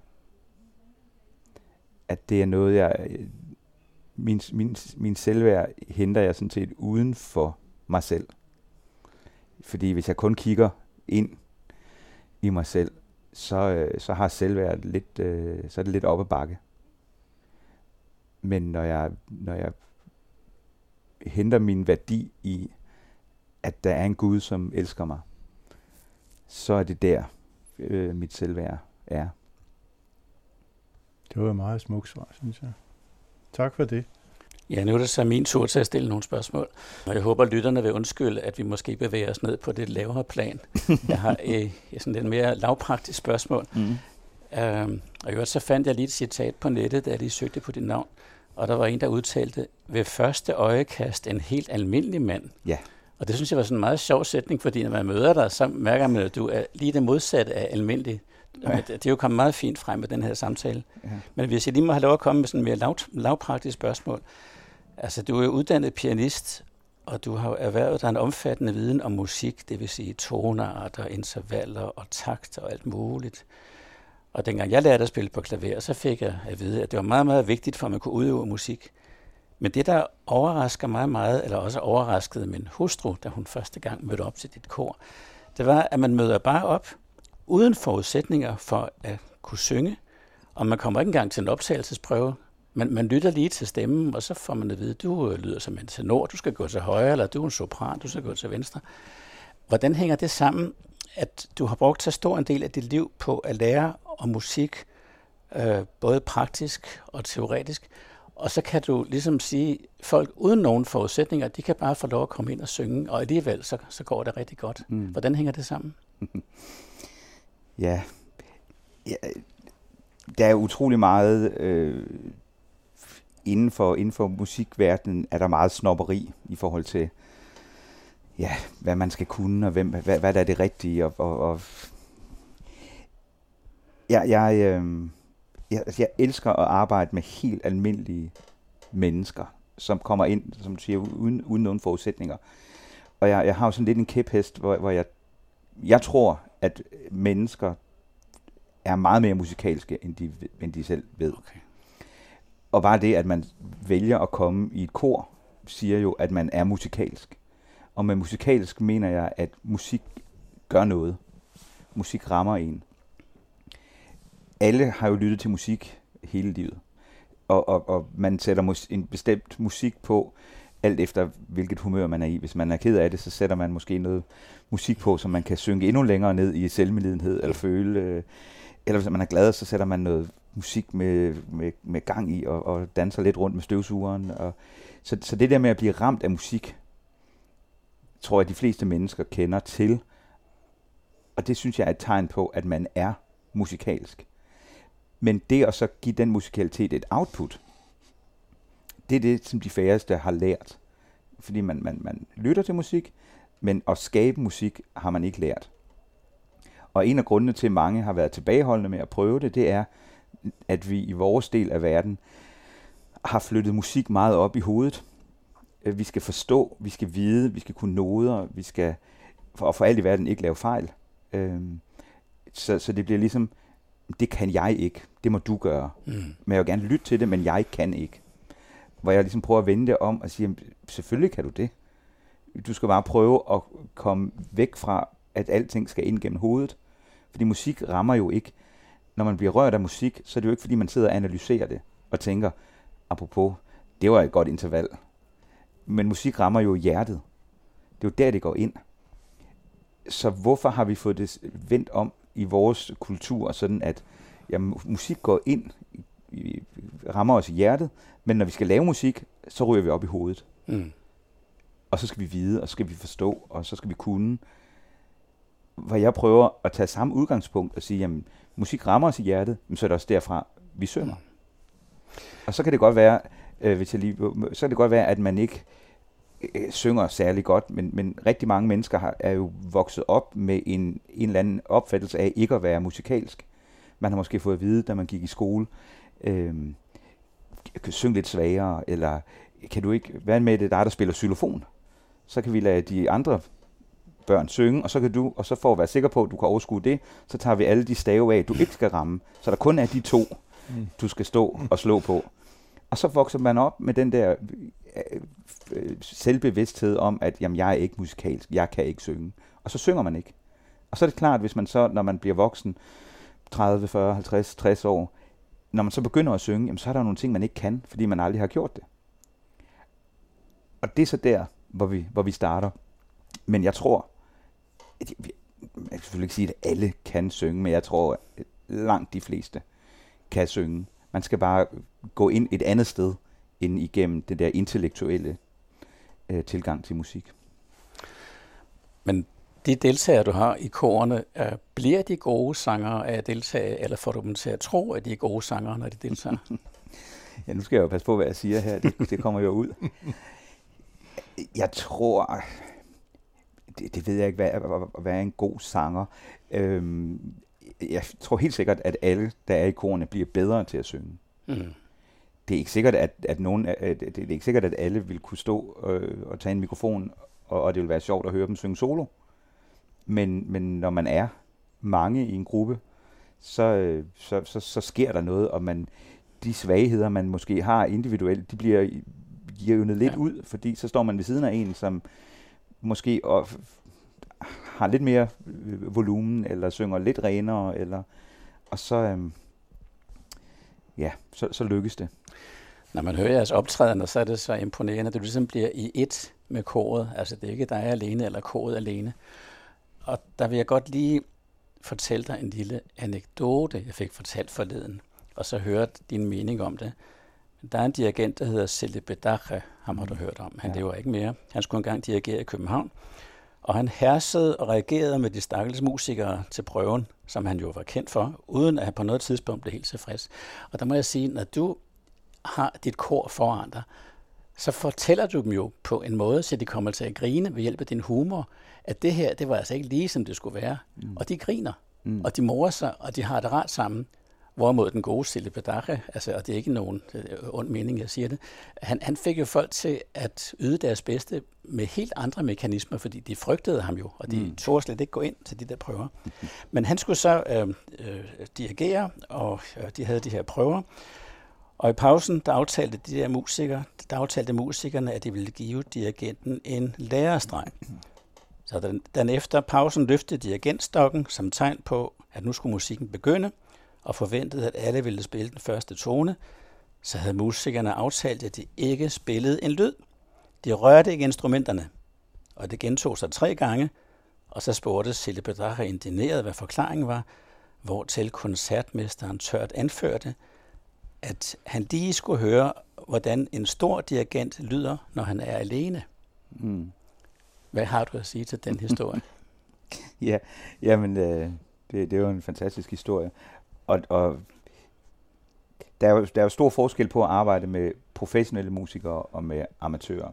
At det er noget, jeg... Min, min, min selvværd henter jeg sådan set uden for mig selv. Fordi hvis jeg kun kigger ind i mig selv, så, så har selvværd lidt, øh, så er det lidt op ad bakke. Men når jeg, når jeg henter min værdi i, at der er en Gud, som elsker mig, så er det der, øh, mit selvværd er. Det var et meget smukt svar, synes jeg. Tak for det. Ja, nu er det så min tur til at stille nogle spørgsmål. Og jeg håber, at lytterne vil undskylde, at vi måske bevæger os ned på det lavere plan. Jeg har øh, sådan lidt mere lavpraktisk spørgsmål. Mm. Øhm, og i øvrigt så fandt jeg lige et citat på nettet, da jeg lige søgte på dit navn. Og der var en, der udtalte, ved første øjekast en helt almindelig mand. Ja. Og det synes jeg var sådan en meget sjov sætning, fordi når man møder dig, så mærker man, at du er lige det modsatte af almindelig. Ja. Det er jo kommet meget fint frem med den her samtale. Ja. Men hvis jeg lige må have lov at komme med sådan et mere lav, lavpraktisk spørgsmål. Altså, du er jo uddannet pianist, og du har erhvervet dig en omfattende viden om musik, det vil sige tonearter, intervaller og takt og alt muligt. Og dengang jeg lærte at spille på klaver, så fik jeg at vide, at det var meget, meget vigtigt for, at man kunne udøve musik. Men det, der overrasker mig meget, eller også overraskede min hustru, da hun første gang mødte op til dit kor, det var, at man møder bare op, uden forudsætninger for at kunne synge, og man kommer ikke engang til en optagelsesprøve. Man, man lytter lige til stemmen, og så får man at vide, du lyder som en tenor, du skal gå til højre, eller du er en sopran, du skal gå til venstre. Hvordan hænger det sammen, at du har brugt så stor en del af dit liv på at lære om musik, øh, både praktisk og teoretisk. Og så kan du ligesom sige, folk uden nogen forudsætninger, de kan bare få lov at komme ind og synge, og alligevel så, så går det rigtig godt. Mm. Hvordan hænger det sammen? ja. ja, der er utrolig meget øh, inden for, inden for musikverdenen, er der meget snobberi i forhold til, ja, hvad man skal kunne, og hvem, hvad, hvad der er det rigtige. Og, og, og jeg, jeg, øh, jeg, jeg elsker at arbejde med helt almindelige mennesker, som kommer ind, som du siger, uden, uden nogen forudsætninger. Og jeg, jeg har jo sådan lidt en kæphest, hvor, hvor jeg, jeg tror, at mennesker er meget mere musikalske, end de, end de selv ved. Okay. Og bare det, at man vælger at komme i et kor, siger jo, at man er musikalsk. Og med musikalsk mener jeg, at musik gør noget. Musik rammer en. Alle har jo lyttet til musik hele livet. Og, og, og man sætter mus- en bestemt musik på, alt efter hvilket humør man er i. Hvis man er ked af det, så sætter man måske noget musik på, så man kan synke endnu længere ned i selvmedlidenhed, eller føle... Øh, eller hvis man er glad, så sætter man noget musik med, med, med gang i, og, og danser lidt rundt med støvsugeren. Og, så, så det der med at blive ramt af musik, tror jeg, de fleste mennesker kender til. Og det synes jeg er et tegn på, at man er musikalsk. Men det at så give den musikalitet et output, det er det, som de færreste har lært. Fordi man, man, man lytter til musik, men at skabe musik har man ikke lært. Og en af grundene til, at mange har været tilbageholdende med at prøve det, det er, at vi i vores del af verden har flyttet musik meget op i hovedet. Vi skal forstå, vi skal vide, vi skal kunne noder, vi skal for, for alt i verden ikke lave fejl. Så, så det bliver ligesom, det kan jeg ikke, det må du gøre. Mm. Men jeg vil gerne lytte til det, men jeg kan ikke. Hvor jeg ligesom prøver at vende det om og sige, selvfølgelig kan du det. Du skal bare prøve at komme væk fra, at alting skal ind gennem hovedet. Fordi musik rammer jo ikke. Når man bliver rørt af musik, så er det jo ikke, fordi man sidder og analyserer det, og tænker, apropos, det var et godt interval. Men musik rammer jo hjertet. Det er jo der, det går ind. Så hvorfor har vi fået det vendt om i vores kultur, sådan at ja, musik går ind, rammer os i hjertet, men når vi skal lave musik, så ryger vi op i hovedet. Mm. Og så skal vi vide, og så skal vi forstå, og så skal vi kunne. Hvor jeg prøver at tage samme udgangspunkt og sige, jamen, musik rammer os i hjertet, men så er det også derfra, vi synger. Mm. Og så kan det godt være, øh, hvis jeg lige, så kan det godt være, at man ikke øh, synger særlig godt, men, men rigtig mange mennesker har, er jo vokset op med en, en eller anden opfattelse af ikke at være musikalsk. Man har måske fået at vide, da man gik i skole, øh, synge lidt svagere, eller kan du ikke være med det, der der spiller xylofon? Så kan vi lade de andre børn synge, og så kan du, og så for at være sikker på, at du kan overskue det, så tager vi alle de stave af, du ikke skal ramme. Så der kun er de to, mm. du skal stå og slå på. Og så vokser man op med den der øh, selvbevidsthed om, at jamen, jeg er ikke musikalsk, jeg kan ikke synge. Og så synger man ikke. Og så er det klart, hvis man så, når man bliver voksen, tredive, fyrre, halvtreds, tres år, når man så begynder at synge, jamen, så er der nogle ting, man ikke kan, fordi man aldrig har gjort det. Og det er så der, hvor vi, hvor vi starter. Men jeg tror, at jeg, jeg kan selvfølgelig ikke sige, at alle kan synge, men jeg tror, at langt de fleste kan synge. Man skal bare gå ind et andet sted, end igennem det der intellektuelle øh, tilgang til musik. Men de deltagere, du har i korene, øh, bliver de gode sangere af at deltage, eller får du dem til at tro, at de er gode sangere, når de deltager? Ja, nu skal jeg jo passe på, hvad jeg siger her. Det, det kommer jo ud. Jeg tror... Det, det ved jeg ikke, hvad er, hvad er en god sanger. Øhm, jeg tror helt sikkert, at alle, der er i korene, bliver bedre til at synge. Mm. Det er ikke sikkert, at, at nogen, at, det er ikke sikkert, at alle vil kunne stå øh, og tage en mikrofon, og, og det vil være sjovt at høre dem synge solo. Men, men når man er mange i en gruppe, så, øh, så, så, så sker der noget, og man, de svagheder, man måske har individuelt, de bliver jævnet lidt ja. ud, fordi så står man ved siden af en, som måske og har lidt mere volumen, eller synger lidt renere, eller, og så, øhm, ja, så, så lykkes det. Når man hører jeres optrædener, så er det så imponerende, at du ligesom bliver i ét med koret. Altså det er ikke dig alene, eller koret alene. Og der vil jeg godt lige fortælle dig en lille anekdote, jeg fik fortalt forleden. og så høre din mening om det. Der er en dirigent, der hedder Sele Bedache, ham har du hørt om. Han ja. lever ikke mere. Han skulle engang dirigere i København. Og han hersede og reagerede med de stakkels musikere til prøven, som han jo var kendt for, uden at han på noget tidspunkt blev helt tilfreds. Og der må jeg sige, når du har dit kor foran dig, så fortæller du dem jo på en måde, så de kommer til at grine ved hjælp af din humor, at det her, det var altså ikke lige, som det skulle være. Mm. Og de griner, mm. og de morer sig, og de har det rart sammen. Hvorimod den gode Sele Bedache, altså, og det er ikke nogen ond mening, jeg siger det, han, han fik jo folk til at yde deres bedste med helt andre mekanismer, fordi de frygtede ham jo, og de mm. tog slet ikke gå ind til de der prøver. Men han skulle så øh, øh, dirigere, og øh, de havde de her prøver, og i pausen, der aftalte de der musikere, der aftalte musikerne, at de ville give dirigenten en lærestreng. Så den, den efter pausen løftede dirigentstokken som tegn på, at nu skulle musikken begynde, og forventede, at alle ville spille den første tone, så havde musikerne aftalt, at de ikke spillede en lyd. De rørte ikke instrumenterne, og det gentog sig tre gange, og så spurgte Sele Bedache indineret, hvad forklaringen var, hvortil koncertmesteren tørt anførte, at han lige skulle høre, hvordan en stor dirigent lyder, når han er alene. Mm. Hvad har du at sige til den historie? ja, jamen, øh, det, det er jo en fantastisk historie. Og, og der, er jo, der er jo stor forskel på at arbejde med professionelle musikere og med amatører.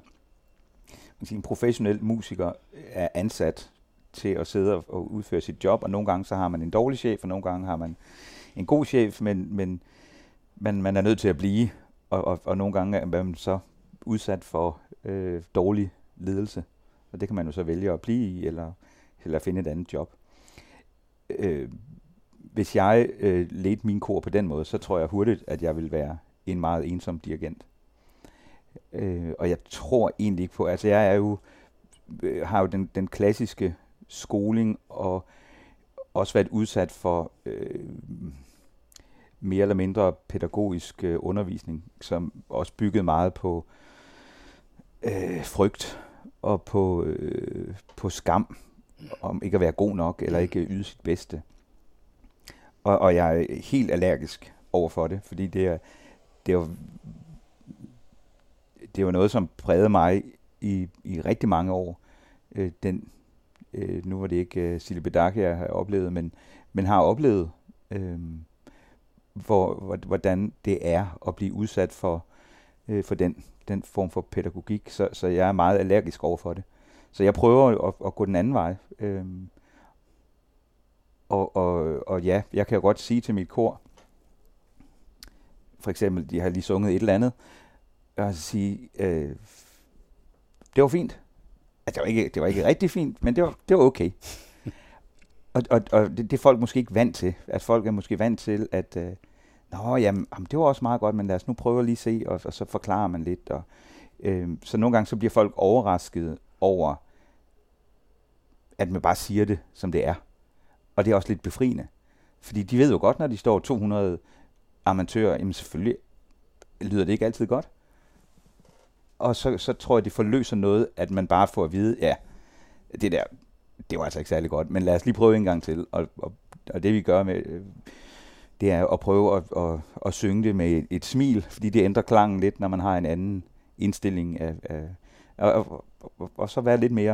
En professionel musiker er ansat til at sidde og udføre sit job, og nogle gange så har man en dårlig chef, og nogle gange har man en god chef, men, men man, man er nødt til at blive, og, og, og nogle gange er man så udsat for øh, dårlig ledelse, og det kan man jo så vælge at blive i, eller, eller finde et andet job. Øh, Hvis jeg øh, ledte min kor på den måde, så tror jeg hurtigt, at jeg vil være en meget ensom dirigent. Øh, og jeg tror egentlig ikke på, altså jeg er jo, øh, har jo den, den klassiske skoling, og også været udsat for øh, mere eller mindre pædagogisk øh, undervisning, som også byggede meget på øh, frygt og på, øh, på skam, om ikke at være god nok, eller ikke yde sit bedste. Og, og jeg er helt allergisk over for det, fordi det er, det er jo det var noget, som prægede mig i, i rigtig mange år. Øh, den, øh, nu var det ikke øh, Sele Bedache, jeg har oplevet, men, men har oplevet, øh, hvor, hvordan det er at blive udsat for, øh, for den, den form for pædagogik. Så, så jeg er meget allergisk over for det. Så jeg prøver at, at gå den anden vej. Øh, Og, og, og ja, jeg kan jo godt sige til mit kor, for eksempel, de har lige sunget et eller andet, og så sige, øh, det var fint. Altså, det var ikke, det var ikke rigtig fint, men det var, det var okay. og og, og det, det er folk måske ikke vant til. At folk er måske vant til, at øh, nå, jamen, jamen, det var også meget godt, men lad os nu prøve at lige se, og, og så forklarer man lidt. Og, øh, så nogle gange så bliver folk overrasket over, at man bare siger det, som det er. Og det er også lidt befriende. Fordi de ved jo godt, når de står to hundrede amatører, jamen selvfølgelig lyder det ikke altid godt. Og så, så tror jeg, det forløser noget, at man bare får at vide, ja, det der, det var altså ikke særlig godt, men lad os lige prøve en gang til. Og, og, og det vi gør med, det er at prøve at, at, at synge det med et, et smil, fordi det ændrer klangen lidt, når man har en anden indstilling. Af, af, og, og, og, og så være lidt mere...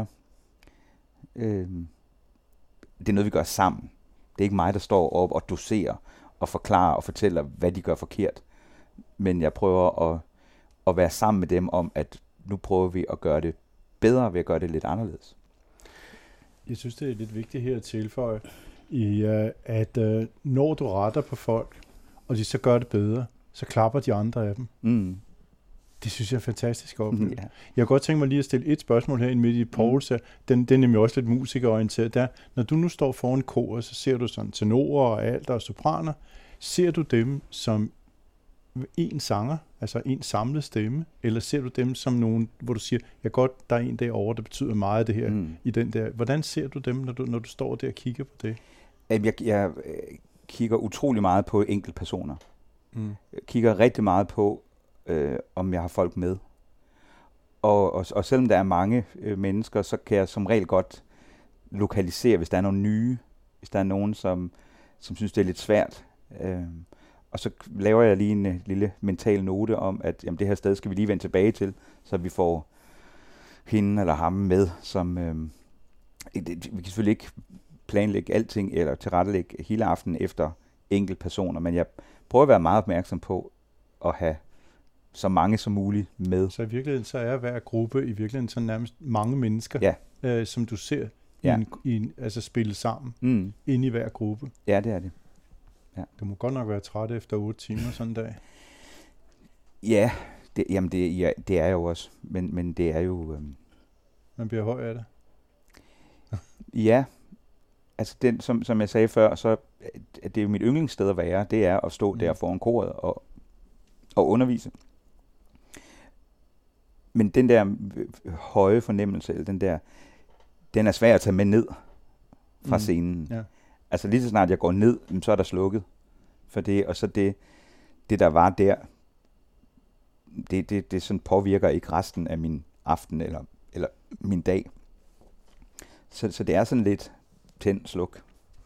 Øh, det er noget, vi gør sammen. Det er ikke mig, der står op og doserer og forklarer og fortæller, hvad de gør forkert. Men jeg prøver at, at være sammen med dem om, at nu prøver vi at gøre det bedre ved at gøre det lidt anderledes. Jeg synes, det er lidt vigtigt her at tilføje, i, uh, at uh, når du retter på folk, og de så gør det bedre, så klapper de andre af dem. Mm. Det synes jeg er fantastisk oplevelse. Mm, yeah. Jeg kan godt tænke mig lige at stille et spørgsmål her midt i Pauls. Mm. Den, den er nemlig også lidt musikerorienteret. Der, når du nu står foran koret, så ser du sådan tenorer og alter og sopraner. Ser du dem som en sanger, altså en samlet stemme, eller ser du dem som nogen, hvor du siger, ja godt, der er en derovre, der betyder meget det her mm. i den der. Hvordan ser du dem, når du, når du står der og kigger på det? Jeg, jeg kigger utrolig meget på enkeltpersoner. Mm. Jeg kigger rigtig meget på, Øh, om jeg har folk med. Og, og, og selvom der er mange øh, mennesker, så kan jeg som regel godt lokalisere, hvis der er nogle nye, hvis der er nogen, som, som synes, det er lidt svært. Øh, og så laver jeg lige en uh, lille mental note om, at jamen, det her sted skal vi lige vende tilbage til, så vi får hende eller ham med, som øh, det, vi kan selvfølgelig ikke planlægge alting, eller tilrettelægge hele aftenen efter enkelte personer, men jeg prøver at være meget opmærksom på at have så mange som muligt med. Så i virkeligheden, så er hver gruppe i virkeligheden så nærmest mange mennesker, ja. øh, som du ser ja. i en, i en, altså spille sammen mm. inde i hver gruppe. Ja, det er det. Ja. Du må godt nok være træt efter otte timer sådan en dag. Ja, det, jamen det, ja, det er jeg jo også, men, men det er jo... Øhm, Man bliver høj af det. ja, altså den, som, som jeg sagde før, så er det jo mit yndlingssted at være, det er at stå mm. der foran koret og, og undervise. Men den der høje fornemmelse, eller den der, den er svær at tage med ned fra mm. scenen. Ja. Altså lige så snart jeg går ned, så er der slukket for det, og så det, det der var der, det, det, det sådan påvirker ikke resten af min aften eller, eller min dag. Så, så det er sådan lidt tænd, sluk.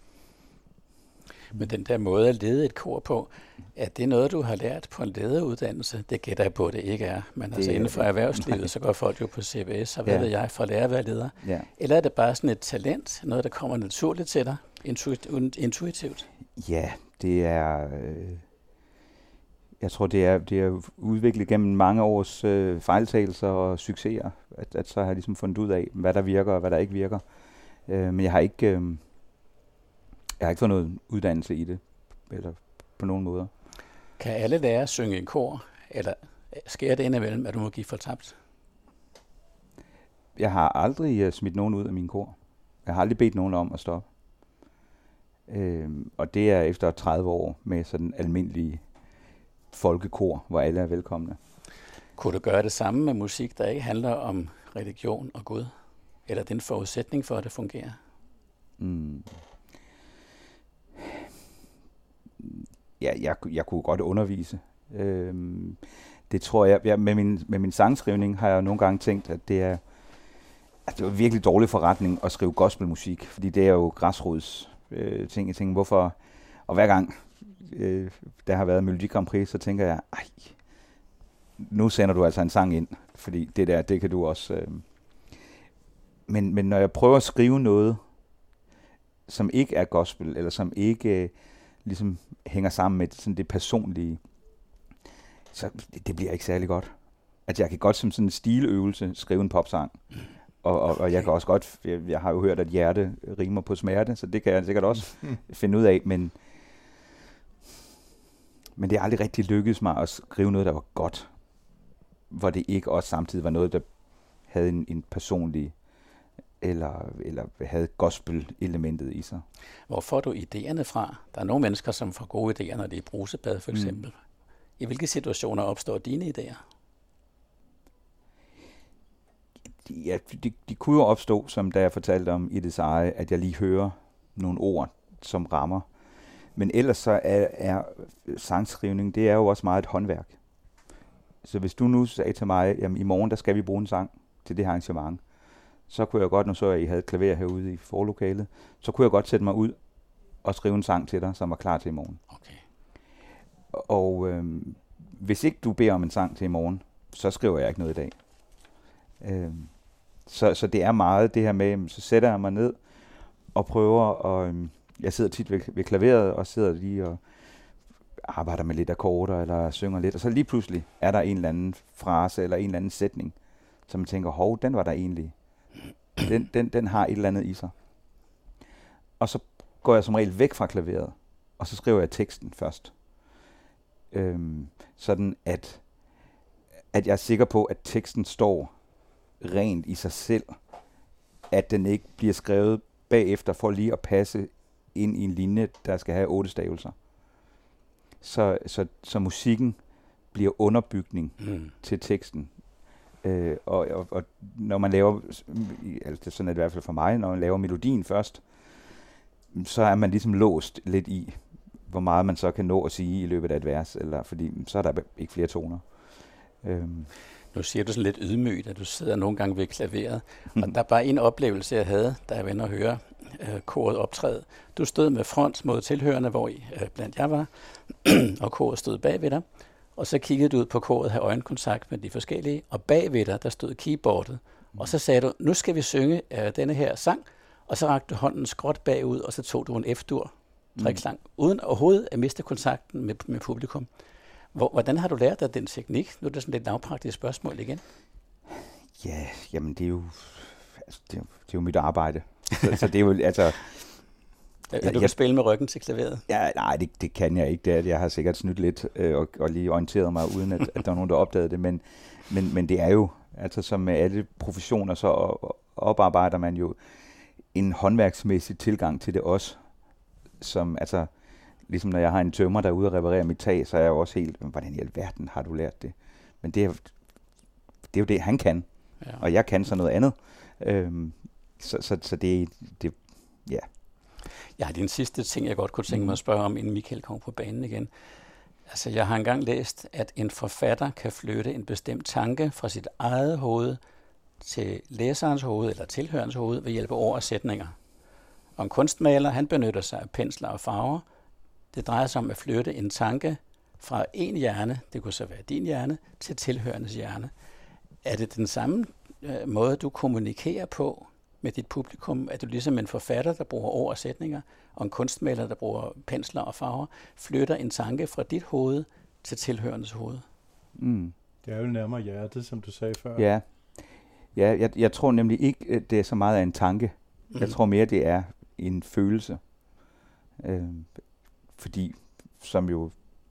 Men den der måde at lede et kor på, er det noget, du har lært på en lederuddannelse? Det gætter jeg på, at det ikke er. Men det altså inden for erhvervslivet, nej. Så går folk jo på C B S, og hvad ja. ved jeg, for at lære at være leder. Ja. Eller er det bare sådan et talent, noget, der kommer naturligt til dig, intuitivt? Ja, det er... Øh, jeg tror, det er, det er udviklet gennem mange års øh, fejltagelser og succeser, at, at så har jeg ligesom fundet ud af, hvad der virker og hvad der ikke virker. Øh, men jeg har ikke... Øh, Jeg har ikke fået noget uddannelse i det, eller på nogen måder. Kan alle lære at synge i kor, eller sker det indimellem, at du må give fortabt? Jeg har aldrig uh, smidt nogen ud af min kor. Jeg har aldrig bedt nogen om at stoppe. Øhm, og det er efter tredive år med sådan almindelig folkekor, hvor alle er velkomne. Kunne du gøre det samme med musik, der ikke handler om religion og Gud? Eller den forudsætning for, at det fungerer? Mm. Ja, jeg, jeg kunne godt undervise. Øhm, det tror jeg, jeg med, min, med min sangskrivning har jeg nogle gange tænkt, at det er, at det er virkelig dårlig forretning at skrive gospelmusik, fordi det er jo græsrods øh, ting. Jeg tænker, hvorfor, og hver gang øh, der har været Melodi Grand Prix, så tænker jeg, ej, nu sender du altså en sang ind, fordi det der, det kan du også. Øh. Men, men når jeg prøver at skrive noget, som ikke er gospel, eller som ikke... Øh, ligesom hænger sammen med sådan det personlige, så det, det bliver ikke særlig godt. At jeg kan godt som sådan en stiløvelse skrive en popsang, og, og, og jeg kan også godt, jeg, jeg har jo hørt, at hjerte rimer på smerte, så det kan jeg sikkert også finde ud af, men, men det er aldrig rigtig lykkedes mig at skrive noget, der var godt, hvor det ikke også samtidig var noget, der havde en, en personlig eller, eller havde gospel-elementet i sig. Hvor får du idéerne fra? Der er nogle mennesker, som får gode idéer, når de er i brusebad, for eksempel. Mm. I hvilke situationer opstår dine idéer? Ja, de, de kunne jo opstå, som da jeg fortalte om i det seje, at jeg lige hører nogle ord, som rammer. Men ellers så er, er sangskrivning, det er jo også meget et håndværk. Så hvis du nu sagde til mig, jamen i morgen, der skal vi bruge en sang til det her arrangement, så kunne jeg godt, nu så jeg, at I havde et klaver herude i forlokalet, så kunne jeg godt sætte mig ud og skrive en sang til dig, som var klar til i morgen. Okay. Og øhm, hvis ikke du beder om en sang til i morgen, så skriver jeg ikke noget i dag. Øhm, så, så det er meget det her med, så sætter jeg mig ned og prøver, og øhm, jeg sidder tit ved, ved klaveret og sidder lige og arbejder med lidt akkorder eller synger lidt, og så lige pludselig er der en eller anden frase eller en eller anden sætning, som man tænker, hov, den var der egentlig. Den, den, den har et eller andet i sig. Og så går jeg som regel væk fra klaveret, og så skriver jeg teksten først. Øhm, sådan at, at jeg er sikker på, at teksten står rent i sig selv. At den ikke bliver skrevet bagefter for lige at passe ind i en linje, der skal have otte stavelser. Så, så, så musikken bliver underbygning mm. til teksten. Øh, og, og, og når man laver, altså sådan er det i hvert fald for mig, når man laver melodien først, så er man ligesom låst lidt i, hvor meget man så kan nå at sige i løbet af et vers, eller fordi så er der ikke flere toner. Øhm. Nu siger du sådan lidt ydmygt, at du sidder nogle gange ved klaveret, og der er bare en oplevelse, jeg havde, da jeg var inde og høre øh, koret optræde. Du stod med front mod tilhørende, hvor I, øh, blandt jeg var, og koret stod bag ved dig. Og så kiggede du ud på koret, havde øjenkontakt med de forskellige, og bag ved dig, der stod keyboardet. Og så sagde du, nu skal vi synge øh, denne her sang, og så rakte du hånden skråt bagud, og så tog du en F-dur, trikslang, mm. uden overhovedet at miste kontakten med, med publikum. Hvor, hvordan har du lært dig den teknik? Nu er det sådan lidt lavpraktisk spørgsmål igen. Ja, jamen det er jo, altså, det er, det er jo mit arbejde. så, så det er jo, altså... Ja, du kan jeg, spille med ryggen til klaveret? Ja, nej, det, det kan jeg ikke. Det er, jeg har sikkert snydt lidt øh, og, og lige orienteret mig, uden at, at der er nogen, der opdagede det. Men, men, men det er jo, altså som med alle professioner, så oparbejder man jo en håndværksmæssig tilgang til det også. Som, altså, ligesom når jeg har en tømrer, der er ude og reparere mit tag, så er jeg jo også helt, hvordan i alverden har du lært det? Men det er, det er jo det, han kan. Ja. Og jeg kan så noget andet. Øhm, så, så, så det, det, ja... Ja, det er den sidste ting, jeg godt kunne tænke mig at spørge om, inden Michael kommer på banen igen. Altså, jeg har engang læst, at en forfatter kan flytte en bestemt tanke fra sit eget hoved til læserens hoved, eller tilhørens hoved, ved hjælp af ord og sætninger. Og en kunstmaler, han benytter sig af pensler og farver. Det drejer sig om at flytte en tanke fra en hjerne, det kunne så være din hjerne, til tilhørendes hjerne. Er det den samme øh, måde, du kommunikerer på med dit publikum? Er du ligesom en forfatter, der bruger ord og sætninger, og en kunstmaler, der bruger pensler og farver, flytter en tanke fra dit hoved til tilhørendes hoved? Mm. Det er jo nærmere hjertet, som du sagde før. Ja, ja jeg, jeg tror nemlig ikke, det er så meget af en tanke. Mm. Jeg tror mere, det er en følelse. Øh, fordi, som jo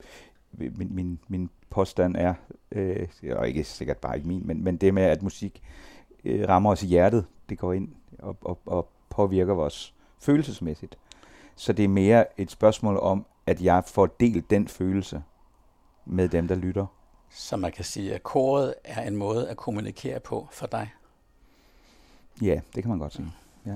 min, min, min påstand er, øh, og ikke sikkert bare ikke min, men, men det med, at musik øh, rammer os i hjertet, det går ind og, og, og påvirker vores følelsesmæssigt. Så det er mere et spørgsmål om, at jeg får delt den følelse med dem, der lytter. Så man kan sige, at koret er en måde at kommunikere på for dig? Ja, det kan man godt sige. Ja.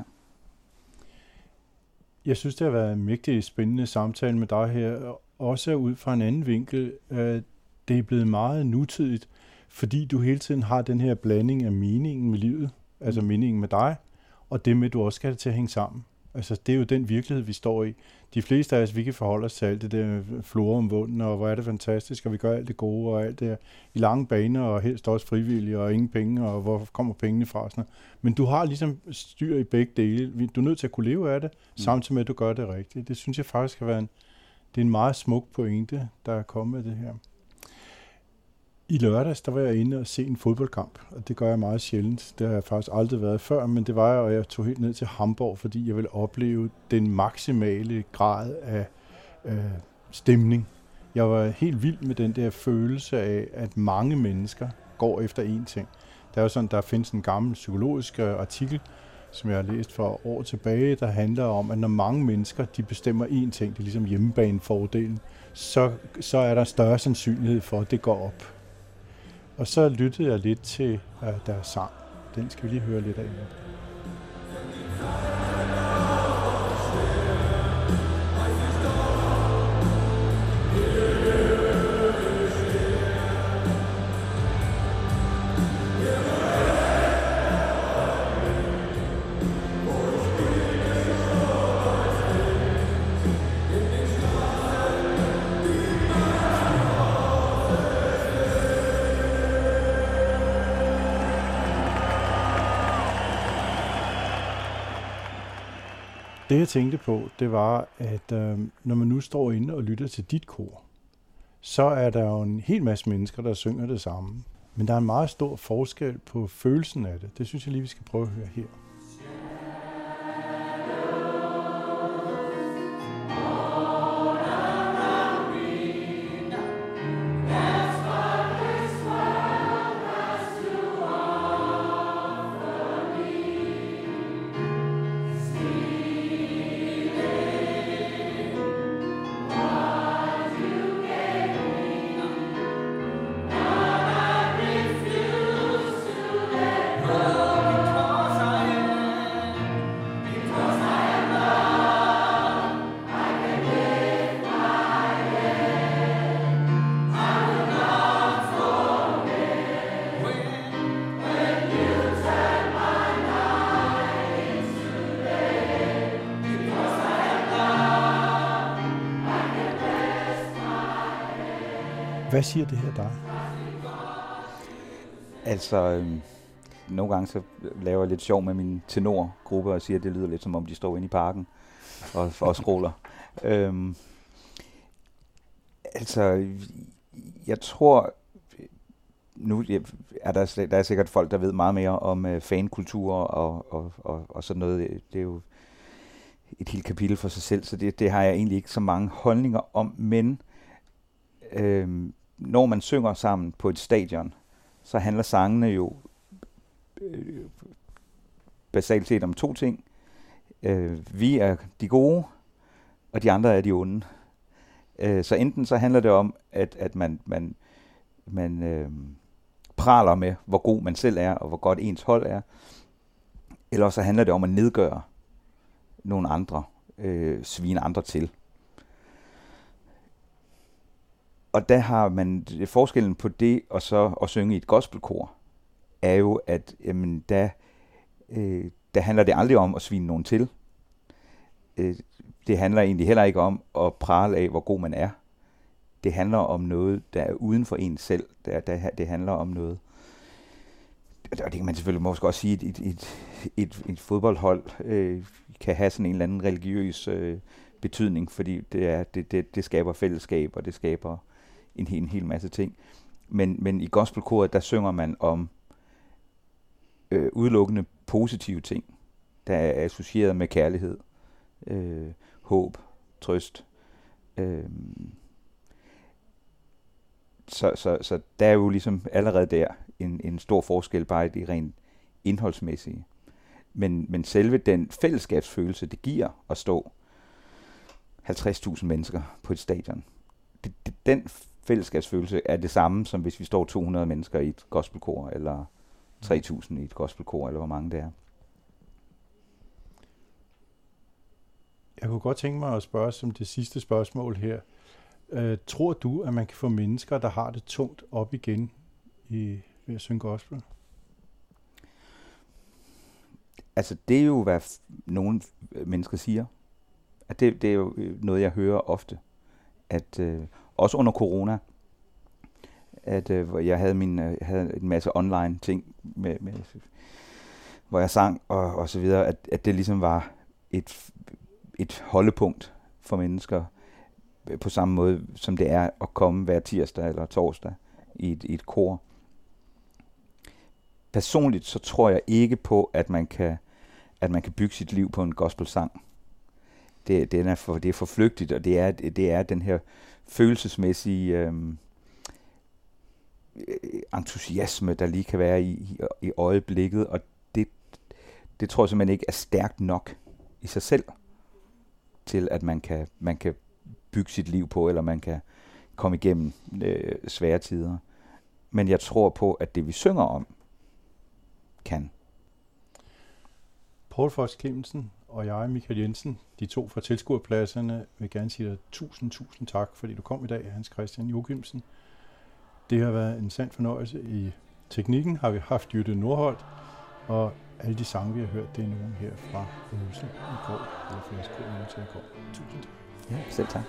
Jeg synes, det har været en mægtig spændende samtale med dig her, også ud fra en anden vinkel. Det er blevet meget nutidigt, fordi du hele tiden har den her blanding af meningen med livet, altså meningen med dig, og det med, at du også skal have det til at hænge sammen. Altså, det er jo den virkelighed, vi står i. De fleste af os, vi kan forholde os til alt det der flora om vunden, og hvor er det fantastisk, og vi gør alt det gode, og alt det i lange baner, og helst også frivillige, og ingen penge, og hvor kommer pengene fra? Sådan. Men du har ligesom styr i begge dele. Du er nødt til at kunne leve af det, mm. samtidig med, at du gør det rigtigt. Det synes jeg faktisk har været en, det er en meget smuk pointe, der er kommet af det her. I lørdags, der var jeg inde og se en fodboldkamp, og det gør jeg meget sjældent. Det har jeg faktisk aldrig været før, men det var jeg, og jeg tog helt ned til Hamburg, fordi jeg ville opleve den maksimale grad af øh, stemning. Jeg var helt vild med den der følelse af, at mange mennesker går efter én ting. Der er jo sådan, der findes en gammel psykologisk artikel, som jeg har læst for år tilbage, der handler om, at når mange mennesker de bestemmer én ting, det er ligesom hjemmebanefordelen, så, så er der større sandsynlighed for, at det går op. Og så lyttede jeg lidt til uh, deres sang. Den skal vi lige høre lidt af. Det jeg tænkte på, det var, at øh, når man nu står inde og lytter til dit kor, så er der jo en hel masse mennesker, der synger det samme. Men der er en meget stor forskel på følelsen af det. Det synes jeg lige, vi skal prøve at høre her. Because I Hvad siger det her dig? Altså, øh, nogle gange så laver jeg lidt sjov med min tenorgruppe og siger, at det lyder lidt som om, de står inde i parken og, og skråler. øhm, altså, jeg tror, nu er der, der er sikkert folk, der ved meget mere om øh, fankultur og, og, og, og sådan noget. Det er jo et helt kapitel for sig selv, så det, det har jeg egentlig ikke så mange holdninger om, men øh, når man synger sammen på et stadion, så handler sangene jo øh, basalt set om to ting. Øh, vi er de gode, og de andre er de onde. Øh, så enten så handler det om, at, at man, man, man øh, praler med, hvor god man selv er, og hvor godt ens hold er. Eller så handler det om at nedgøre nogle andre, øh, svine andre til. Og der har man forskellen på det og så at synge i et gospelkor, er jo, at jamen, der, øh, der handler det aldrig om at svine nogen til. Øh, det handler egentlig heller ikke om at prale af, hvor god man er. Det handler om noget, der er uden for en selv. Der, der, det handler om noget. Og det kan man selvfølgelig måske også sige, at et, et, et, et fodboldhold øh, kan have sådan en eller anden religiøs øh, betydning, fordi det, er, det, det, det skaber fællesskab, og det skaber en hel, en hel masse ting. Men, men i gospelkoret, der synger man om øh, udelukkende positive ting, der er associeret med kærlighed, øh, håb, trøst. Øh, så, så, så der er jo ligesom allerede der en, en stor forskel, bare i det rent indholdsmæssige. Men, men selve den fællesskabsfølelse, det giver at stå halvtreds tusind mennesker på et stadion, det, det, den fællesskabsfølelse er det samme, som hvis vi står to hundrede mennesker i et gospelkor, eller tre tusind i et gospelkor, eller hvor mange det er. Jeg kunne godt tænke mig at spørge som det sidste spørgsmål her. Uh, tror du, at man kan få mennesker, der har det tungt, op igen i, ved at synge gospel? Altså, det er jo, hvad f- nogle mennesker siger. At det, det er jo noget, jeg hører ofte. At øh, også under corona, at øh, jeg havde min øh, havde en masse online ting med, med hvor jeg sang og, og så videre, at, at det ligesom var et et holdepunkt for mennesker på samme måde som det er at komme hver tirsdag eller torsdag i et, i et kor. Personligt så tror jeg ikke på, at man kan at man kan bygge sit liv på en gospelsang. Det, det er for det er for flygtigt, og det er det er den her følelsesmæssige øhm, entusiasme, der lige kan være i, i, i øjeblikket, og det, det tror jeg simpelthen ikke er stærkt nok i sig selv, til at man kan, man kan bygge sit liv på, eller man kan komme igennem øh, svære tider. Men jeg tror på, at det vi synger om, kan. Poul Foss Clemensen og jeg, Michael Jensen, de to fra tilskuerpladserne, vil gerne sige dig tusind, tusind tak, fordi du kom i dag, Hans Christian Jochimsen. Det har været en sand fornøjelse. I teknikken har vi haft Jytte Nordholt, og alle de sange, vi har hørt, det er nogen her fra øvelsen i går, eller færdskor i går. Tusind tak. Ja, selv tak.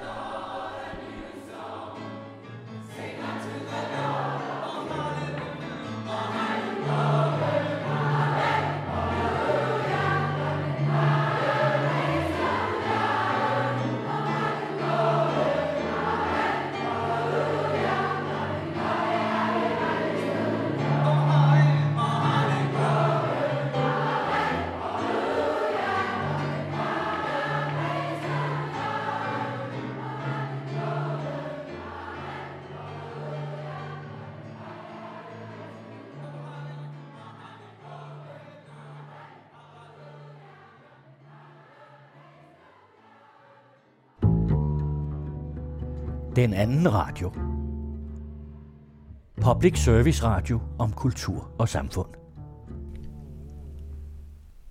Den anden radio. Public Service Radio om kultur og samfund.